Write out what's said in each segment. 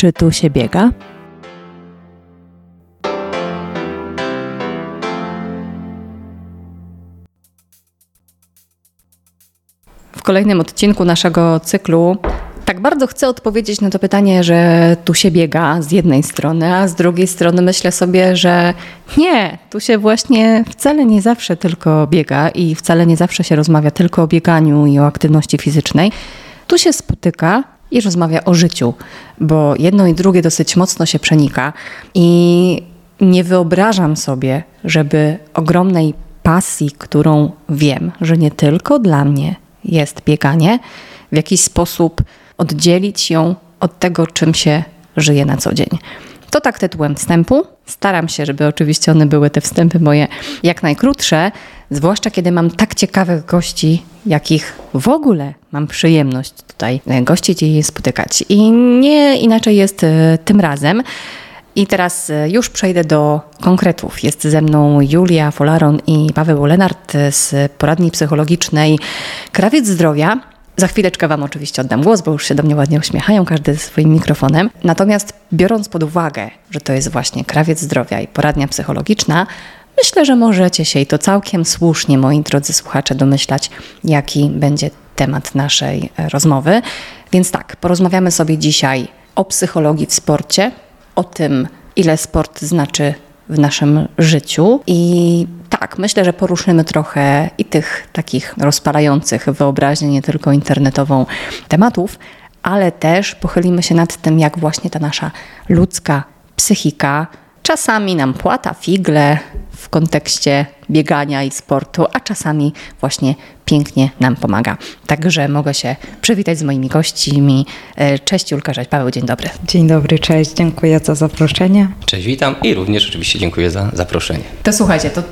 Czy tu się biega? W kolejnym odcinku naszego cyklu tak bardzo chcę odpowiedzieć na to pytanie, że tu się biega z jednej strony, a z drugiej strony myślę sobie, że nie, tu się właśnie wcale nie zawsze tylko biega i wcale nie zawsze się rozmawia tylko o bieganiu i o aktywności fizycznej. Tu się spotyka i rozmawia o życiu, bo jedno i drugie dosyć mocno się przenika i nie wyobrażam sobie, żeby ogromnej pasji, którą wiem, że nie tylko dla mnie jest bieganie, w jakiś sposób oddzielić ją od tego, czym się żyje na co dzień. To tak tytułem wstępu. Staram się, żeby oczywiście one były, te wstępy moje, jak najkrótsze, zwłaszcza kiedy mam tak ciekawych gości, jakich w ogóle mam przyjemność tutaj gościć i spotykać. I nie inaczej jest tym razem. I teraz już przejdę do konkretów. Jest ze mną Julia Folaron i Paweł Lenart z poradni psychologicznej Krawiec Zdrowia. Za chwileczkę Wam oczywiście oddam głos, bo już się do mnie ładnie uśmiechają, każdy ze swoim mikrofonem. Natomiast biorąc pod uwagę, że to jest właśnie Krawiec Zdrowia i poradnia psychologiczna, myślę, że możecie się, i to całkiem słusznie, moi drodzy słuchacze, domyślać, jaki będzie temat naszej rozmowy. Więc tak, porozmawiamy sobie dzisiaj o psychologii w sporcie, o tym, ile sport znaczy w naszym życiu i tak, myślę, że poruszymy trochę i tych takich rozpalających wyobraźnię, nie tylko internetową, tematów, ale też pochylimy się nad tym, jak właśnie ta nasza ludzka psychika czasami nam płata figle w kontekście biegania i sportu, a czasami właśnie pięknie nam pomaga. Także mogę się przywitać z moimi gośćmi. Cześć Julka, cześć Paweł, dzień dobry. Dzień dobry, cześć, dziękuję za zaproszenie. Cześć, witam i również oczywiście dziękuję za zaproszenie. To słuchajcie, to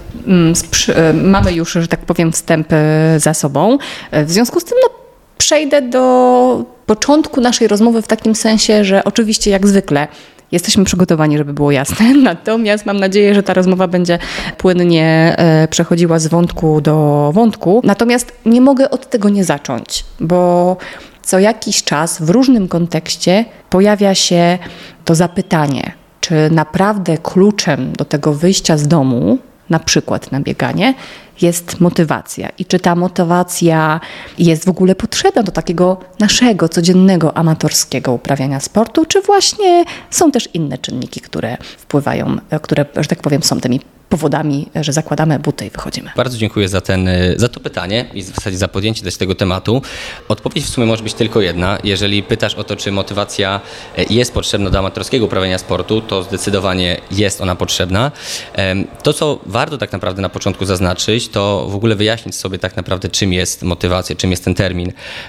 mamy już, że tak powiem, wstęp za sobą. W związku z tym przejdę do początku naszej rozmowy w takim sensie, że oczywiście jak zwykle jesteśmy przygotowani, żeby było jasne, natomiast mam nadzieję, że ta rozmowa będzie płynnie przechodziła z wątku do wątku. Natomiast nie mogę od tego nie zacząć, bo co jakiś czas w różnym kontekście pojawia się to zapytanie, czy naprawdę kluczem do tego wyjścia z domu, na przykład na bieganie, jest motywacja i czy ta motywacja jest w ogóle potrzebna do takiego naszego codziennego amatorskiego uprawiania sportu, czy właśnie są też inne czynniki, które wpływają, które, że tak powiem, są tymi powodami, że zakładamy buty i wychodzimy. Bardzo dziękuję za to pytanie i w zasadzie za podjęcie też tego tematu. Odpowiedź w sumie może być tylko jedna. Jeżeli pytasz o to, czy motywacja jest potrzebna do amatorskiego uprawiania sportu, to zdecydowanie jest ona potrzebna. To, co warto tak naprawdę na początku zaznaczyć, to w ogóle wyjaśnić sobie tak naprawdę, czym jest motywacja, czym jest ten termin.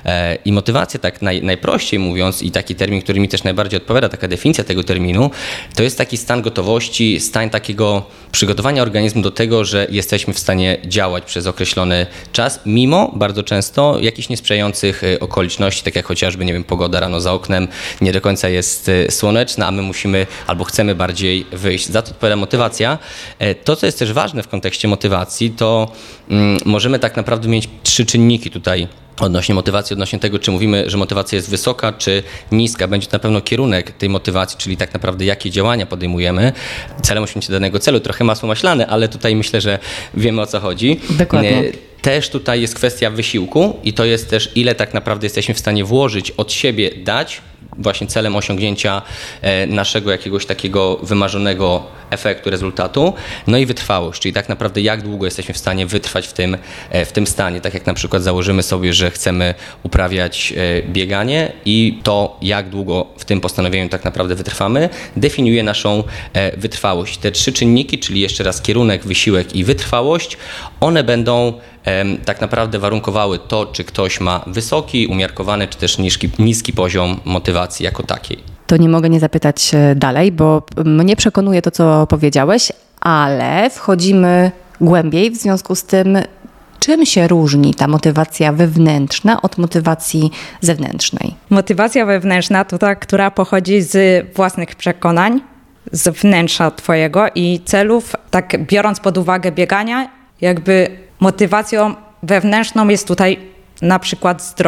I motywacja, tak najprościej mówiąc, i taki termin, który mi też najbardziej odpowiada, taka definicja tego terminu, to jest taki stan gotowości, stan takiego przygotowania organizmu do tego, że jesteśmy w stanie działać przez określony czas, mimo bardzo często jakichś niesprzyjających okoliczności, tak jak chociażby, nie wiem, pogoda rano za oknem nie do końca jest słoneczna, a my musimy albo chcemy bardziej wyjść. Za to odpowiada motywacja. To, co jest też ważne w kontekście motywacji, to możemy tak naprawdę mieć 3 czynniki tutaj odnośnie motywacji, odnośnie tego, czy mówimy, że motywacja jest wysoka, czy niska. Będzie to na pewno kierunek tej motywacji, czyli tak naprawdę jakie działania podejmujemy. Celem osiągnięcia danego celu, trochę masło maślane, ale tutaj myślę, że wiemy, o co chodzi. Dokładnie. Też tutaj jest kwestia wysiłku i to jest też, ile tak naprawdę jesteśmy w stanie włożyć, od siebie dać, właśnie celem osiągnięcia naszego jakiegoś takiego wymarzonego efektu, rezultatu. No i wytrwałość, czyli tak naprawdę jak długo jesteśmy w stanie wytrwać w tym stanie. Tak jak na przykład założymy sobie, że chcemy uprawiać bieganie i to jak długo w tym postanowieniu tak naprawdę wytrwamy, definiuje naszą wytrwałość. Te 3 czynniki, czyli jeszcze raz kierunek, wysiłek i wytrwałość, one będą tak naprawdę warunkowały to, czy ktoś ma wysoki, umiarkowany, czy też niski poziom motywacji jako takiej. To nie mogę nie zapytać dalej, bo mnie przekonuje to, co powiedziałeś, ale wchodzimy głębiej, w związku z tym, czym się różni ta motywacja wewnętrzna od motywacji zewnętrznej? Motywacja wewnętrzna to ta, która pochodzi z własnych przekonań, z wnętrza twojego i celów, tak biorąc pod uwagę biegania, jakby motywacją wewnętrzną jest tutaj na przykład zdrowie.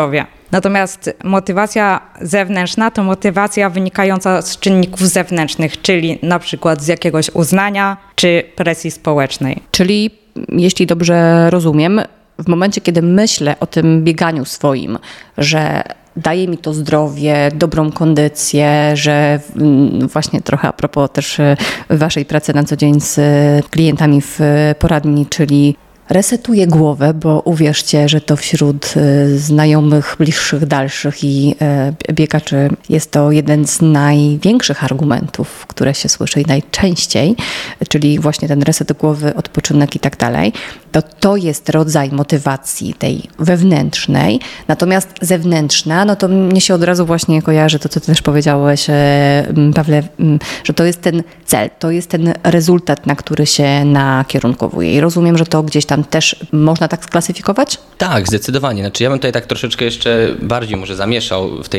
Natomiast motywacja zewnętrzna to motywacja wynikająca z czynników zewnętrznych, czyli na przykład z jakiegoś uznania czy presji społecznej. Czyli, jeśli dobrze rozumiem, w momencie, kiedy myślę o tym bieganiu swoim, że daje mi to zdrowie, dobrą kondycję, że właśnie trochę a propos też waszej pracy na co dzień z klientami w poradni, czyli resetuję głowę, bo uwierzcie, że to wśród znajomych, bliższych, dalszych i biegaczy jest to jeden z największych argumentów, które się słyszy i najczęściej, czyli właśnie ten reset głowy, odpoczynek i tak dalej. To jest rodzaj motywacji tej wewnętrznej, natomiast zewnętrzna, no to mnie się od razu właśnie kojarzy to, co ty też powiedziałeś, Pawle, że to jest ten cel, to jest ten rezultat, na który się nakierunkowuje. I rozumiem, że to gdzieś tam też można tak sklasyfikować? Tak, zdecydowanie. Znaczy ja bym tutaj tak troszeczkę jeszcze bardziej może zamieszał w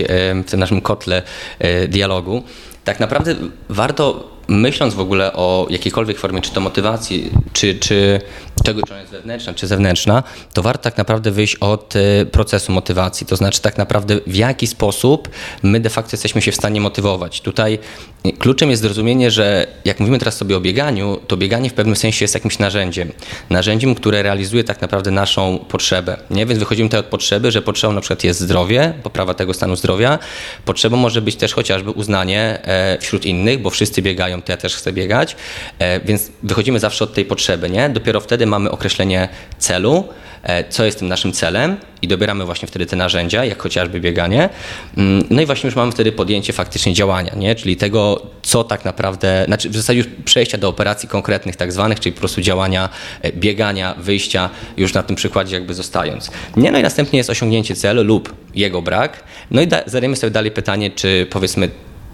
tym naszym kotle dialogu. Tak naprawdę warto, myśląc w ogóle o jakiejkolwiek formie, czy to motywacji, czy tego, czy ona jest wewnętrzna, czy zewnętrzna, to warto tak naprawdę wyjść od procesu motywacji. To znaczy tak naprawdę w jaki sposób my de facto jesteśmy się w stanie motywować. Tutaj kluczem jest zrozumienie, że jak mówimy teraz sobie o bieganiu, to bieganie w pewnym sensie jest jakimś narzędziem, które realizuje tak naprawdę naszą potrzebę. Nie? Więc wychodzimy tutaj od potrzeby, że potrzebą na przykład jest zdrowie, poprawa tego stanu zdrowia. Potrzebą może być też chociażby uznanie wśród innych, bo wszyscy biegają, to ja też chcę biegać, więc wychodzimy zawsze od tej potrzeby, nie? Dopiero wtedy mamy określenie celu, co jest tym naszym celem i dobieramy właśnie wtedy te narzędzia, jak chociażby bieganie. No i właśnie już mamy wtedy podjęcie faktycznie działania, nie? Czyli tego, co tak naprawdę, znaczy w zasadzie już przejścia do operacji konkretnych tak zwanych, czyli po prostu działania, biegania, wyjścia, już na tym przykładzie jakby zostając. Nie? No i następnie jest osiągnięcie celu lub jego brak. No i zadajemy sobie dalej pytanie, czy powiedzmy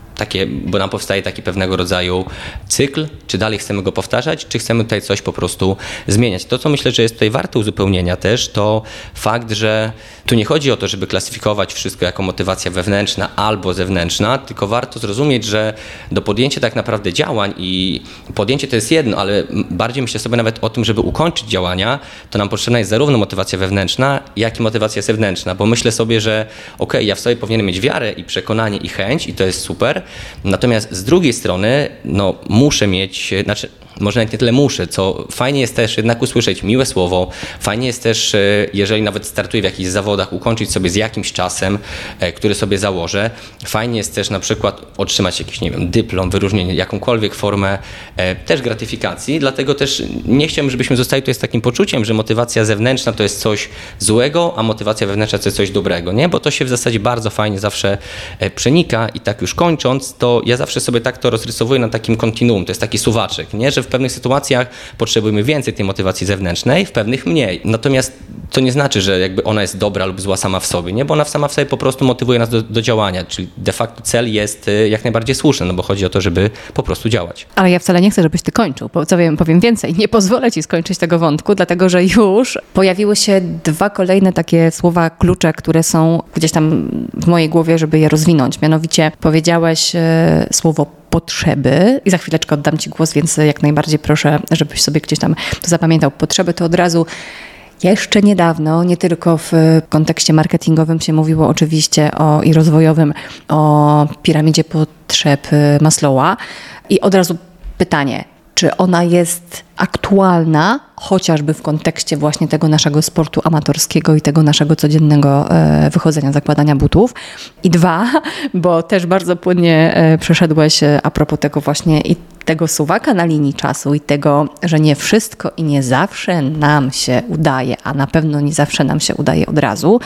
bo nam powstaje taki pewnego rodzaju cykl, czy dalej chcemy go powtarzać, czy chcemy tutaj coś po prostu zmieniać. To, co myślę, że jest tutaj warte uzupełnienia też, to fakt, że tu nie chodzi o to, żeby klasyfikować wszystko jako motywacja wewnętrzna albo zewnętrzna, tylko warto zrozumieć, że do podjęcia tak naprawdę działań i podjęcie to jest jedno, ale bardziej myślę sobie nawet o tym, żeby ukończyć działania, to nam potrzebna jest zarówno motywacja wewnętrzna, jak i motywacja zewnętrzna, bo myślę sobie, że ja w sobie powinienem mieć wiarę i przekonanie i chęć i to jest super, natomiast z drugiej strony, muszę mieć, może nawet nie tyle muszę, co fajnie jest też jednak usłyszeć miłe słowo, fajnie jest też, jeżeli nawet startuję w jakichś zawodach, ukończyć sobie z jakimś czasem, który sobie założę. Fajnie jest też na przykład otrzymać jakiś, dyplom, wyróżnienie, jakąkolwiek formę też gratyfikacji, dlatego też nie chciałbym, żebyśmy zostali tutaj z takim poczuciem, że motywacja zewnętrzna to jest coś złego, a motywacja wewnętrzna to jest coś dobrego, nie? Bo to się w zasadzie bardzo fajnie zawsze przenika i tak już kończąc, to ja zawsze sobie tak to rozrysowuję na takim kontinuum, to jest taki suwaczek, nie? Że w pewnych sytuacjach potrzebujemy więcej tej motywacji zewnętrznej, w pewnych mniej. Natomiast to nie znaczy, że jakby ona jest dobra lub zła sama w sobie, nie? Bo ona sama w sobie po prostu motywuje nas do działania, czyli de facto cel jest jak najbardziej słuszny, bo chodzi o to, żeby po prostu działać. Ale ja wcale nie chcę, żebyś ty kończył, powiem więcej, nie pozwolę ci skończyć tego wątku, dlatego że już pojawiły się dwa kolejne takie słowa klucze, które są gdzieś tam w mojej głowie, żeby je rozwinąć. Mianowicie powiedziałeś słowo potrzeby i za chwileczkę oddam ci głos, więc jak najbardziej proszę, żebyś sobie gdzieś tam to zapamiętał. Potrzeby to od razu jeszcze niedawno, nie tylko w kontekście marketingowym się mówiło oczywiście i rozwojowym o piramidzie potrzeb Maslowa i od razu pytanie, czy ona jest aktualna, chociażby w kontekście właśnie tego naszego sportu amatorskiego i tego naszego codziennego wychodzenia, zakładania butów. I dwa, bo też bardzo płynnie przeszedłeś a propos tego właśnie i tego suwaka na linii czasu i tego, że nie wszystko i nie zawsze nam się udaje, a na pewno nie zawsze nam się udaje od razu,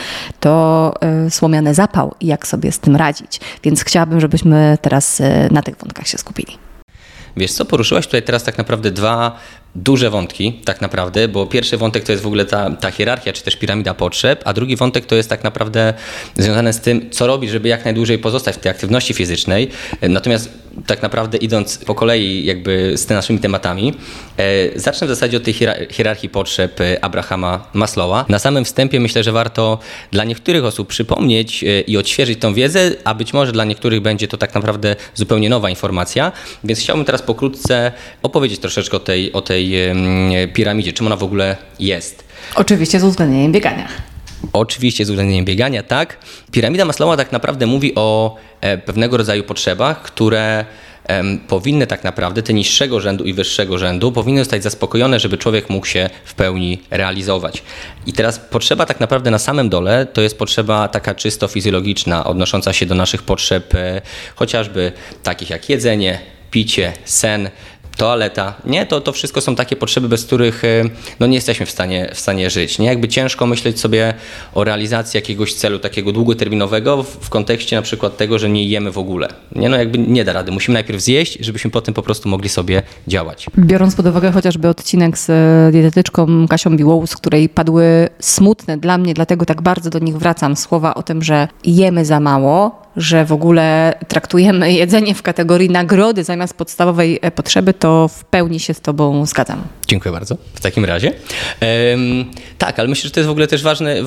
to słomiany zapał i jak sobie z tym radzić. Więc chciałabym, żebyśmy teraz na tych wątkach się skupili. Wiesz co, poruszyłaś tutaj teraz tak naprawdę dwa duże wątki tak naprawdę, bo pierwszy wątek to jest w ogóle ta hierarchia, czy też piramida potrzeb, a drugi wątek to jest tak naprawdę związane z tym, co robić, żeby jak najdłużej pozostać w tej aktywności fizycznej. Natomiast tak naprawdę idąc po kolei jakby z naszymi tematami, zacznę w zasadzie od tej hierarchii potrzeb Abrahama Maslowa. Na samym wstępie myślę, że warto dla niektórych osób przypomnieć i odświeżyć tą wiedzę, a być może dla niektórych będzie to tak naprawdę zupełnie nowa informacja, więc chciałbym teraz pokrótce opowiedzieć troszeczkę o tej piramidzie, czym ona w ogóle jest. Oczywiście z uwzględnieniem biegania. Oczywiście z uwzględnieniem biegania, tak. Piramida Maslowa tak naprawdę mówi o pewnego rodzaju potrzebach, które powinny tak naprawdę, te niższego rzędu i wyższego rzędu, powinny zostać zaspokojone, żeby człowiek mógł się w pełni realizować. I teraz potrzeba tak naprawdę na samym dole to jest potrzeba taka czysto fizjologiczna, odnosząca się do naszych potrzeb chociażby takich jak jedzenie, picie, sen, toaleta, nie? To wszystko są takie potrzeby, bez których no, nie jesteśmy w stanie żyć. Nie? Jakby ciężko myśleć sobie o realizacji jakiegoś celu takiego długoterminowego w kontekście na przykład tego, że nie jemy w ogóle. Nie? No jakby nie da rady. Musimy najpierw zjeść, żebyśmy potem po prostu mogli sobie działać. Biorąc pod uwagę chociażby odcinek z dietetyczką Kasią Biłą, z której padły smutne dla mnie, dlatego tak bardzo do nich wracam, słowa o tym, że jemy za mało, że w ogóle traktujemy jedzenie w kategorii nagrody zamiast podstawowej potrzeby, to w pełni się z Tobą zgadzam. Dziękuję bardzo. W takim razie. Tak, ale myślę, że to jest w ogóle też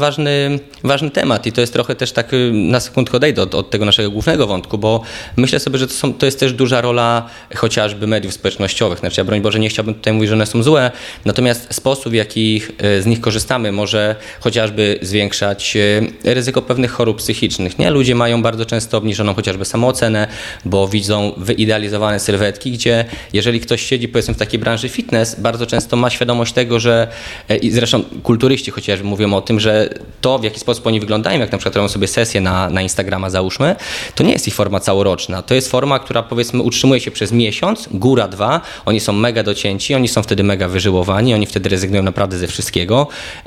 ważny temat i to jest trochę też tak, na sekundkę odejdę od tego naszego głównego wątku, bo myślę sobie, że to jest też duża rola chociażby mediów społecznościowych. Znaczy ja broń Boże nie chciałbym tutaj mówić, że one są złe, natomiast sposób, w jaki z nich korzystamy, może chociażby zwiększać ryzyko pewnych chorób psychicznych. Nie? Ludzie mają bardzo często obniżoną chociażby samoocenę, bo widzą wyidealizowane sylwetki, gdzie jeżeli ktoś siedzi powiedzmy w takiej branży fitness, bardzo często ma świadomość tego, że i zresztą kulturyści chociażby mówią o tym, że to w jaki sposób oni wyglądają, jak na przykład robią sobie sesję na Instagrama załóżmy, to nie jest ich forma całoroczna, to jest forma, która powiedzmy utrzymuje się przez miesiąc, góra 2, oni są mega docięci, oni są wtedy mega wyżyłowani, oni wtedy rezygnują naprawdę ze wszystkiego,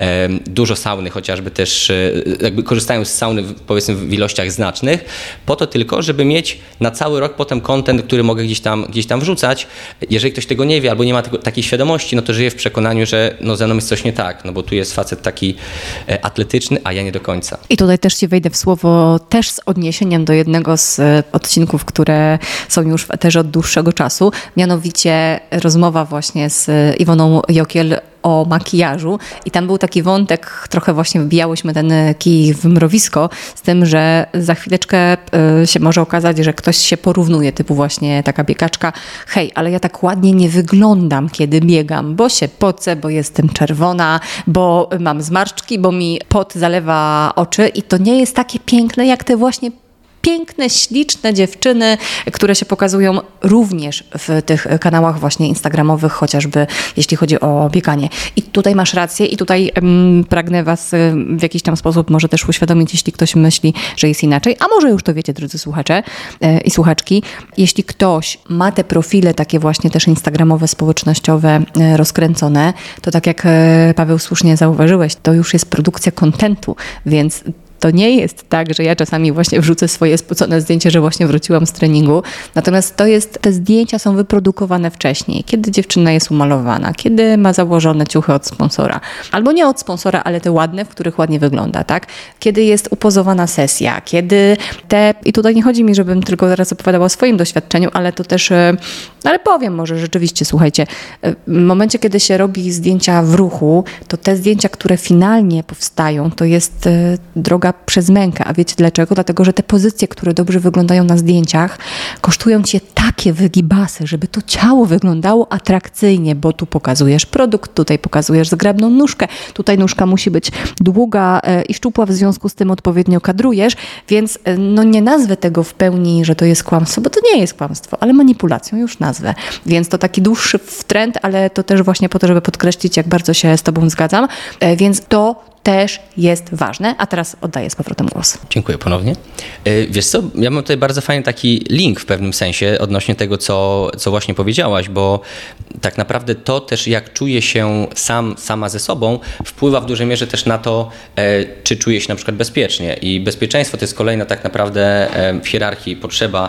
dużo sauny chociażby też, jakby korzystają z sauny powiedzmy w ilościach znacznych, po to tylko, żeby mieć na cały rok potem content, który mogę gdzieś tam wrzucać. Jeżeli ktoś tego nie wie albo nie ma takiej świadomości, no to żyje w przekonaniu, że no ze mną jest coś nie tak, no bo tu jest facet taki atletyczny, a ja nie do końca. I tutaj też Ci wejdę w słowo też z odniesieniem do jednego z odcinków, które są już też od dłuższego czasu, mianowicie rozmowa właśnie z Iwoną Jokiel o makijażu i tam był taki wątek, trochę właśnie wbijałyśmy ten kij w mrowisko z tym, że za chwileczkę się może okazać, że ktoś się porównuje, typu właśnie taka biegaczka, hej, ale ja tak ładnie nie wyglądam, kiedy biegam, bo się pocę, bo jestem czerwona, bo mam zmarszczki, bo mi pot zalewa oczy i to nie jest takie piękne, jak te właśnie piękne, śliczne dziewczyny, które się pokazują również w tych kanałach właśnie instagramowych, chociażby jeśli chodzi o bieganie. I tutaj masz rację i tutaj pragnę Was w jakiś tam sposób może też uświadomić, jeśli ktoś myśli, że jest inaczej, a może już to wiecie, drodzy słuchacze i słuchaczki. Jeśli ktoś ma te profile takie właśnie też instagramowe, społecznościowe rozkręcone, to tak jak Paweł słusznie zauważyłeś, to już jest produkcja kontentu, więc to nie jest tak, że ja czasami właśnie wrzucę swoje spocone zdjęcie, że właśnie wróciłam z treningu. Natomiast te zdjęcia są wyprodukowane wcześniej, kiedy dziewczyna jest umalowana, kiedy ma założone ciuchy od sponsora. Albo nie od sponsora, ale te ładne, w których ładnie wygląda, tak? Kiedy jest upozowana sesja, kiedy i tutaj nie chodzi mi, żebym tylko teraz opowiadała o swoim doświadczeniu, ale to też, ale powiem może rzeczywiście, słuchajcie, w momencie, kiedy się robi zdjęcia w ruchu, to te zdjęcia, które finalnie powstają, to jest droga przez mękę. A wiecie dlaczego? Dlatego, że te pozycje, które dobrze wyglądają na zdjęciach, kosztują Cię takie wygibasy, żeby to ciało wyglądało atrakcyjnie, bo tu pokazujesz produkt, tutaj pokazujesz zgrabną nóżkę, tutaj nóżka musi być długa i szczupła, w związku z tym odpowiednio kadrujesz, więc no nie nazwę tego w pełni, że to jest kłamstwo, bo to nie jest kłamstwo, ale manipulacją już nazwę. Więc to taki dłuższy trend, ale to też właśnie po to, żeby podkreślić, jak bardzo się z Tobą zgadzam, więc to też jest ważne, a teraz oddaję z powrotem głos. Dziękuję ponownie. Wiesz co, ja mam tutaj bardzo fajny taki link w pewnym sensie odnośnie tego, co właśnie powiedziałaś, bo tak naprawdę to też jak czuję się sama ze sobą, wpływa w dużej mierze też na to, czy czuję się na przykład bezpiecznie. I bezpieczeństwo to jest kolejna tak naprawdę w hierarchii potrzeba,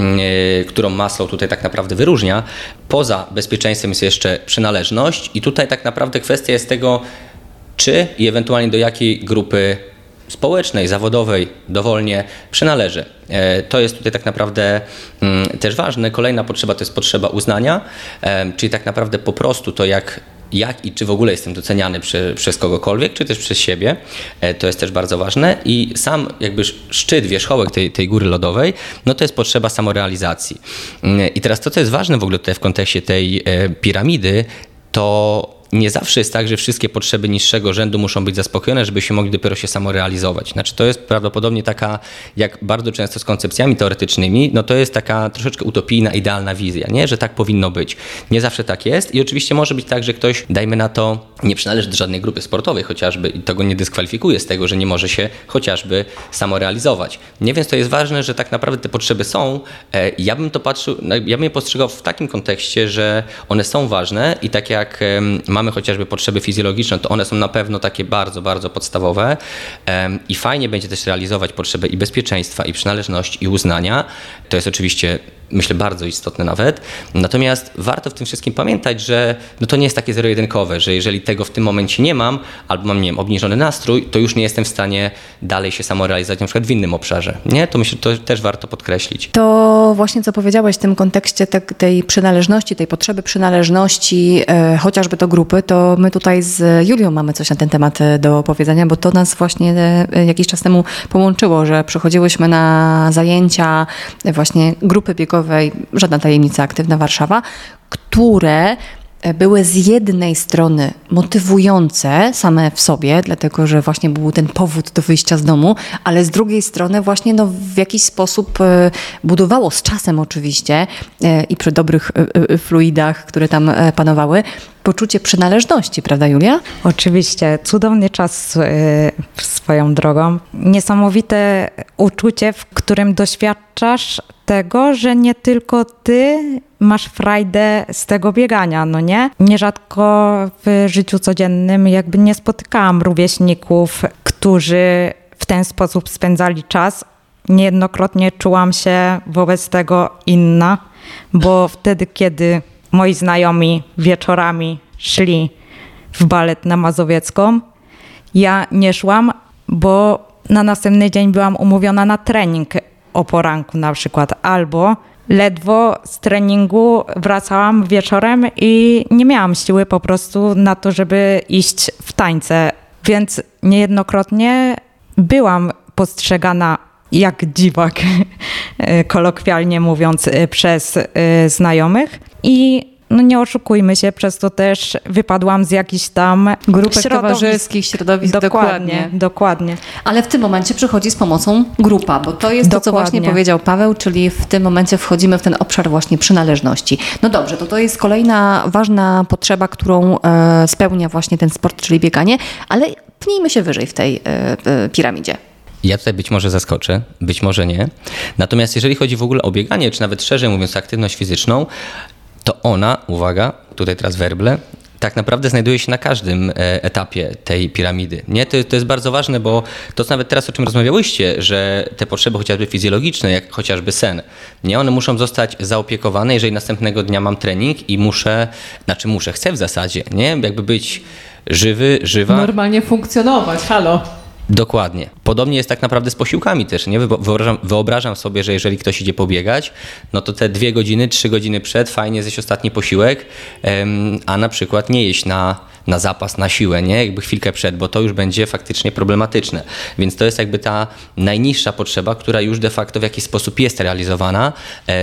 którą Maslow tutaj tak naprawdę wyróżnia. Poza bezpieczeństwem jest jeszcze przynależność i tutaj tak naprawdę kwestia jest tego, czy i ewentualnie do jakiej grupy społecznej, zawodowej dowolnie przynależy. To jest tutaj tak naprawdę też ważne. Kolejna potrzeba to jest potrzeba uznania, czyli tak naprawdę po prostu to jak i czy w ogóle jestem doceniany przez kogokolwiek, czy też przez siebie. To jest też bardzo ważne i sam jakby szczyt, wierzchołek tej góry lodowej, no to jest potrzeba samorealizacji. I teraz to, co jest ważne w ogóle tutaj w kontekście tej piramidy, to nie zawsze jest tak, że wszystkie potrzeby niższego rzędu muszą być zaspokojone, żebyśmy mogli dopiero się samorealizować. Znaczy to jest prawdopodobnie taka, jak bardzo często z koncepcjami teoretycznymi, no to jest taka troszeczkę utopijna, idealna wizja, nie? Że tak powinno być. Nie zawsze tak jest i oczywiście może być tak, że ktoś, dajmy na to, nie przynależy do żadnej grupy sportowej chociażby i to go nie dyskwalifikuje z tego, że nie może się chociażby samorealizować. Nie, więc to jest ważne, że tak naprawdę te potrzeby są. Ja bym to patrzył, ja bym je postrzegał w takim kontekście, że one są ważne i tak jak mamy chociażby potrzeby fizjologiczne, to one są na pewno takie bardzo, bardzo podstawowe i fajnie będzie też realizować potrzeby i bezpieczeństwa, i przynależności, i uznania. To jest oczywiście, myślę, bardzo istotne nawet. Natomiast warto w tym wszystkim pamiętać, że no to nie jest takie zero-jedynkowe, że jeżeli tego w tym momencie nie mam, albo mam, nie wiem, obniżony nastrój, to już nie jestem w stanie dalej się samorealizować na przykład w innym obszarze. Nie? To myślę, że to też warto podkreślić. To właśnie co powiedziałeś w tym kontekście tej przynależności, tej potrzeby przynależności, chociażby do grupy, to my tutaj z Julią mamy coś na ten temat do powiedzenia, bo to nas właśnie jakiś czas temu połączyło, że przychodziłyśmy na zajęcia właśnie grupy biegowej, żadna tajemnica, Aktywna Warszawa, które były z jednej strony motywujące same w sobie, dlatego że właśnie był ten powód do wyjścia z domu, ale z drugiej strony właśnie w jakiś sposób budowało z czasem oczywiście i przy dobrych fluidach, które tam panowały, poczucie przynależności, prawda Julia? Oczywiście, cudowny czas swoją drogą. Niesamowite uczucie, w którym doświadczasz tego, że nie tylko ty masz frajdę z tego biegania, no nie? Nierzadko w życiu codziennym jakby nie spotykałam rówieśników, którzy w ten sposób spędzali czas. Niejednokrotnie czułam się wobec tego inna, bo wtedy, kiedy moi znajomi wieczorami szli w balet na Mazowiecką, ja nie szłam, bo na następny dzień byłam umówiona na trening o poranku na przykład, albo ledwo z treningu wracałam wieczorem i nie miałam siły po prostu na to, żeby iść w tańce. Więc niejednokrotnie byłam postrzegana jak dziwak, kolokwialnie mówiąc, przez znajomych i no nie oszukujmy się, przez to też wypadłam z jakichś tam grupek towarzyskich, środowisk. Dokładnie. Ale w tym momencie przychodzi z pomocą grupa, bo to jest to, co właśnie powiedział Paweł, czyli w tym momencie wchodzimy w ten obszar właśnie przynależności. No dobrze, to jest kolejna ważna potrzeba, którą spełnia właśnie ten sport, czyli bieganie, ale pnijmy się wyżej w tej piramidzie. Ja tutaj być może zaskoczę, być może nie. Natomiast jeżeli chodzi w ogóle o bieganie, czy nawet szerzej mówiąc aktywność fizyczną, to ona, uwaga, tutaj teraz werble, tak naprawdę znajduje się na każdym etapie tej piramidy. Nie? To jest bardzo ważne, bo to nawet teraz, o czym rozmawiałyście, że te potrzeby chociażby fizjologiczne, jak chociażby sen, nie? One muszą zostać zaopiekowane, jeżeli następnego dnia mam trening i chcę w zasadzie, nie? Jakby być żywy, żywa. Normalnie funkcjonować, halo. Dokładnie. Podobnie jest tak naprawdę z posiłkami też, nie? Wyobrażam sobie, że jeżeli ktoś idzie pobiegać, no to te 2 godziny, 3 godziny przed fajnie zjeść ostatni posiłek, a na przykład nie jeść na zapas, na siłę, nie? Jakby chwilkę przed, bo to już będzie faktycznie problematyczne. Więc to jest jakby ta najniższa potrzeba, która już de facto w jakiś sposób jest realizowana,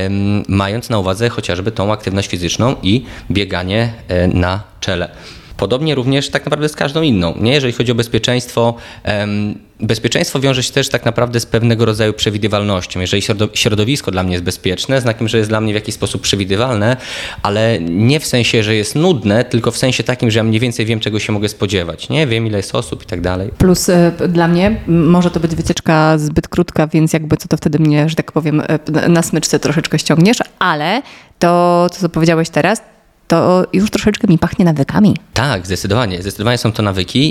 mając na uwadze chociażby tą aktywność fizyczną i bieganie na czele. Podobnie również tak naprawdę z każdą inną. Nie? Jeżeli chodzi o bezpieczeństwo, bezpieczeństwo wiąże się też tak naprawdę z pewnego rodzaju przewidywalnością. Jeżeli środowisko dla mnie jest bezpieczne, znakiem, że jest dla mnie w jakiś sposób przewidywalne, ale nie w sensie, że jest nudne, tylko w sensie takim, że ja mniej więcej wiem, czego się mogę spodziewać. Nie? Wiem, ile jest osób i tak dalej. Plus dla mnie może to być wycieczka zbyt krótka, więc jakby co to wtedy mnie, że tak powiem, na smyczce troszeczkę ściągniesz, ale to, co powiedziałeś teraz, to już troszeczkę mi pachnie nawykami. Tak, zdecydowanie. Zdecydowanie są to nawyki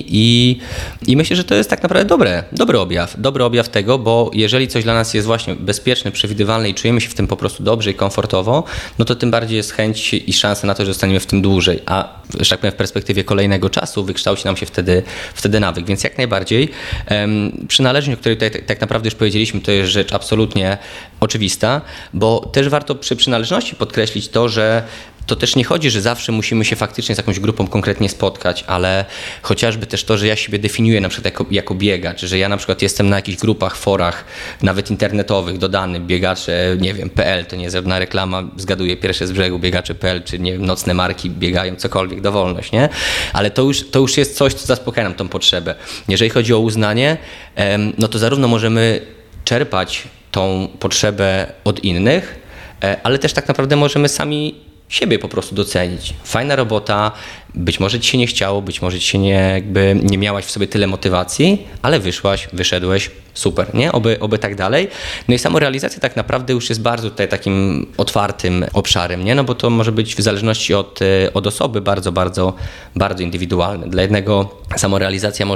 i myślę, że to jest tak naprawdę dobry objaw tego, bo jeżeli coś dla nas jest właśnie bezpieczne, przewidywalne i czujemy się w tym po prostu dobrze i komfortowo, no to tym bardziej jest chęć i szansa na to, że zostaniemy w tym dłużej, a że tak powiem w perspektywie kolejnego czasu wykształci nam się wtedy nawyk, więc jak najbardziej. Przynależność, o której tutaj tak naprawdę już powiedzieliśmy, to jest rzecz absolutnie oczywista, bo też warto przy przynależności podkreślić to, że to też nie chodzi, że zawsze musimy się faktycznie z jakąś grupą konkretnie spotkać, ale chociażby też to, że ja siebie definiuję na przykład jako biegacz, że ja na przykład jestem na jakichś grupach, forach, nawet internetowych, dodany biegacze, nie wiem, PL, to nie jest żadna reklama, zgaduję, pierwsze z brzegu biegacze.pl, czy nie wiem, nocne marki biegają, cokolwiek, dowolność, nie? Ale to już jest coś, co zaspokaja nam tą potrzebę. Jeżeli chodzi o uznanie, no to zarówno możemy czerpać tą potrzebę od innych, ale też tak naprawdę możemy sami siebie po prostu docenić. Fajna robota, być może ci się nie chciało, być może ci się nie miałaś w sobie tyle motywacji, ale wyszłaś, wyszedłeś, super, nie? Oby tak dalej. No i samorealizacja tak naprawdę już jest bardzo tutaj takim otwartym obszarem, nie? No bo to może być w zależności od osoby bardzo, bardzo, bardzo indywidualne. Dla jednego samorealizacja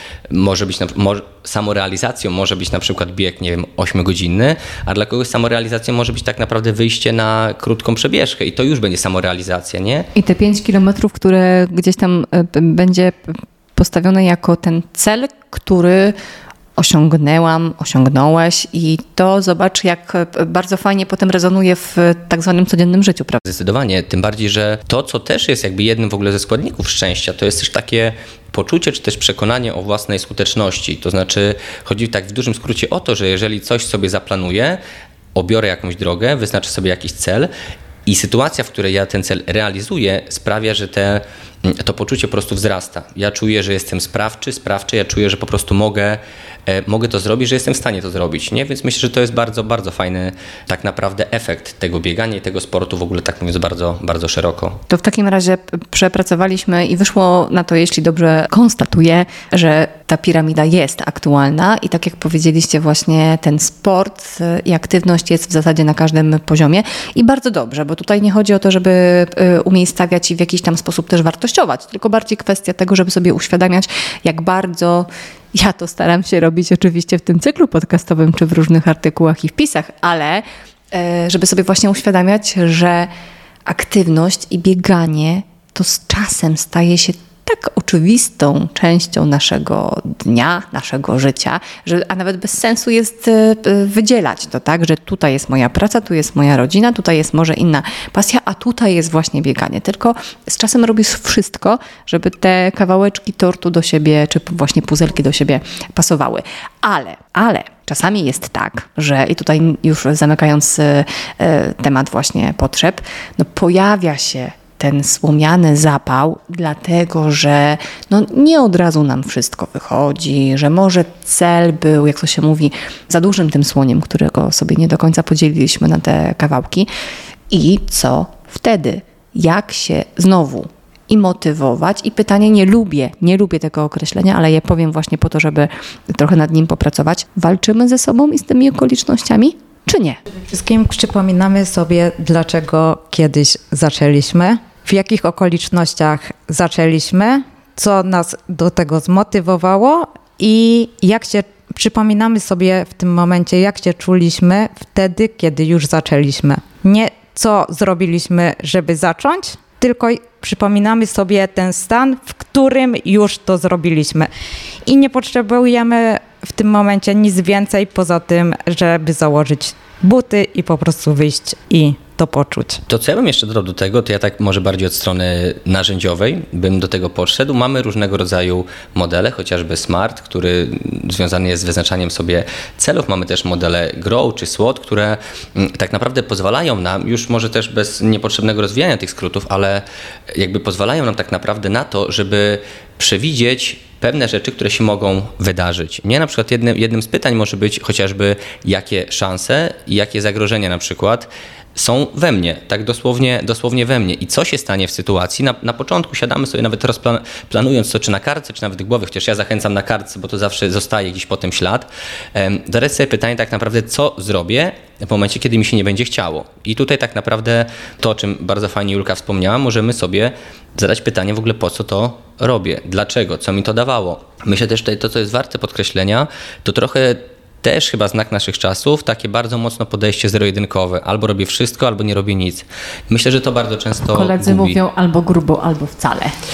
samorealizacją może być na przykład bieg, nie wiem, 8-godzinny, a dla kogoś samorealizacją może być tak naprawdę wyjście na krótką przebieżkę i to już będzie samorealizacja, nie? I te 5 kilometrów, które gdzieś tam będzie postawione jako ten cel, który osiągnąłeś i to zobacz, jak bardzo fajnie potem rezonuje w tak zwanym codziennym życiu, prawda? Zdecydowanie, tym bardziej, że to, co też jest jakby jednym w ogóle ze składników szczęścia, to jest też takie poczucie, czy też przekonanie o własnej skuteczności. To znaczy, chodzi tak w dużym skrócie o to, że jeżeli coś sobie zaplanuję, obiorę jakąś drogę, wyznaczę sobie jakiś cel i sytuacja, w której ja ten cel realizuję, sprawia, że to poczucie po prostu wzrasta. Ja czuję, że jestem sprawczy, ja czuję, że po prostu mogę to zrobić, że jestem w stanie to zrobić, nie? Więc myślę, że to jest bardzo, bardzo fajny tak naprawdę efekt tego biegania i tego sportu w ogóle, tak mówiąc, bardzo, bardzo szeroko. To w takim razie przepracowaliśmy i wyszło na to, jeśli dobrze konstatuję, że ta piramida jest aktualna i tak jak powiedzieliście właśnie ten sport i aktywność jest w zasadzie na każdym poziomie i bardzo dobrze, bo tutaj nie chodzi o to, żeby umiejscawiać i w jakiś tam sposób też wartościować, tylko bardziej kwestia tego, żeby sobie uświadamiać, jak bardzo ja to staram się robić oczywiście w tym cyklu podcastowym, czy w różnych artykułach i wpisach, ale żeby sobie właśnie uświadamiać, że aktywność i bieganie to z czasem staje się tak oczywistą częścią naszego dnia, naszego życia, a nawet bez sensu jest wydzielać to, tak, że tutaj jest moja praca, tu jest moja rodzina, tutaj jest może inna pasja, a tutaj jest właśnie bieganie. Tylko z czasem robisz wszystko, żeby te kawałeczki tortu do siebie, czy właśnie puzelki do siebie pasowały. Ale czasami jest tak, że i tutaj już zamykając temat właśnie potrzeb, no pojawia się ten słomiany zapał, dlatego że nie od razu nam wszystko wychodzi, że może cel był, jak to się mówi, za dużym tym słoniem, którego sobie nie do końca podzieliliśmy na te kawałki. I co wtedy? Jak się znowu i motywować? I pytanie, nie lubię tego określenia, ale je powiem właśnie po to, żeby trochę nad nim popracować. Walczymy ze sobą i z tymi okolicznościami? Czy nie? Przede wszystkim przypominamy sobie, dlaczego kiedyś zaczęliśmy, w jakich okolicznościach zaczęliśmy, co nas do tego zmotywowało i przypominamy sobie w tym momencie, jak się czuliśmy wtedy, kiedy już zaczęliśmy. Nie co zrobiliśmy, żeby zacząć, tylko przypominamy sobie ten stan, w którym już to zrobiliśmy. I nie potrzebujemy w tym momencie nic więcej poza tym, żeby założyć buty i po prostu wyjść i to poczuć. To co ja bym jeszcze dodał do tego, to ja tak może bardziej od strony narzędziowej bym do tego podszedł. Mamy różnego rodzaju modele, chociażby SMART, który związany jest z wyznaczaniem sobie celów. Mamy też modele GROW czy SWOT, które tak naprawdę pozwalają nam, już może też bez niepotrzebnego rozwijania tych skrótów, ale jakby pozwalają nam tak naprawdę na to, żeby przewidzieć pewne rzeczy, które się mogą wydarzyć. Mnie na przykład jednym z pytań może być chociażby, jakie szanse i jakie zagrożenia na przykład są we mnie, tak dosłownie we mnie. I co się stanie w sytuacji? Na początku siadamy sobie nawet planując to, czy na kartce, czy nawet w głowie, chociaż ja zachęcam na kartce, bo to zawsze zostaje gdzieś po tym ślad. Zadać sobie pytanie tak naprawdę, co zrobię w momencie, kiedy mi się nie będzie chciało. I tutaj tak naprawdę to, o czym bardzo fajnie Julka wspomniała, możemy sobie zadać pytanie w ogóle, po co to robię, dlaczego, co mi to dawało. Myślę też tutaj to, co jest warte podkreślenia, to trochę też chyba znak naszych czasów, takie bardzo mocno podejście zero-jedynkowe. Albo robię wszystko, albo nie robię nic. Myślę, że to bardzo często koledzy gubi. mówią albo grubo, albo wcale.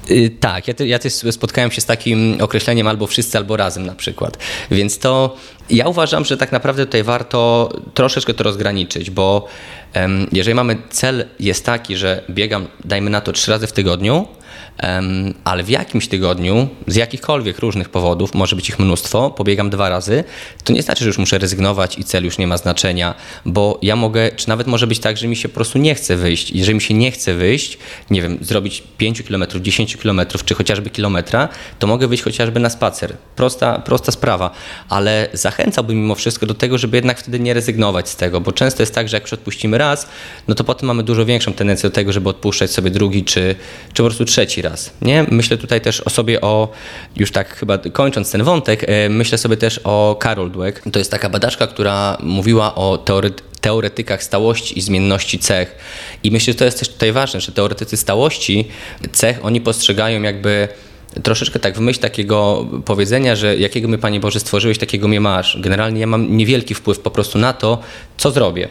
Tak, ja też spotkałem się z takim określeniem albo wszyscy, albo razem na przykład. Więc to ja uważam, że tak naprawdę tutaj warto troszeczkę to rozgraniczyć, bo jeżeli mamy cel jest taki, że biegam, dajmy na to 3 razy w tygodniu, ale w jakimś tygodniu z jakichkolwiek różnych powodów, może być ich mnóstwo, pobiegam 2 razy, to nie znaczy, że już muszę rezygnować i cel już nie ma znaczenia, bo ja mogę, czy nawet może być tak, że mi się po prostu nie chce wyjść. Jeżeli mi się nie chce wyjść, nie wiem, zrobić 5 km, 10 km, czy chociażby kilometra, to mogę wyjść chociażby na spacer. Prosta sprawa, ale zachęcałbym mimo wszystko do tego, żeby jednak wtedy nie rezygnować z tego, bo często jest tak, że jak już odpuścimy raz, no to potem mamy dużo większą tendencję do tego, żeby odpuszczać sobie drugi, czy po prostu trzeci raz. Nie? Myślę tutaj też już tak chyba kończąc ten wątek, myślę sobie też o Carol Dweck. To jest taka badaczka, która mówiła o teoretykach stałości i zmienności cech. I myślę, że to jest też tutaj ważne, że teoretycy stałości cech, oni postrzegają jakby troszeczkę tak w myśl takiego powiedzenia, że jakiego mnie, Panie Boże, stworzyłeś, takiego mnie masz. Generalnie ja mam niewielki wpływ po prostu na to, co zrobię.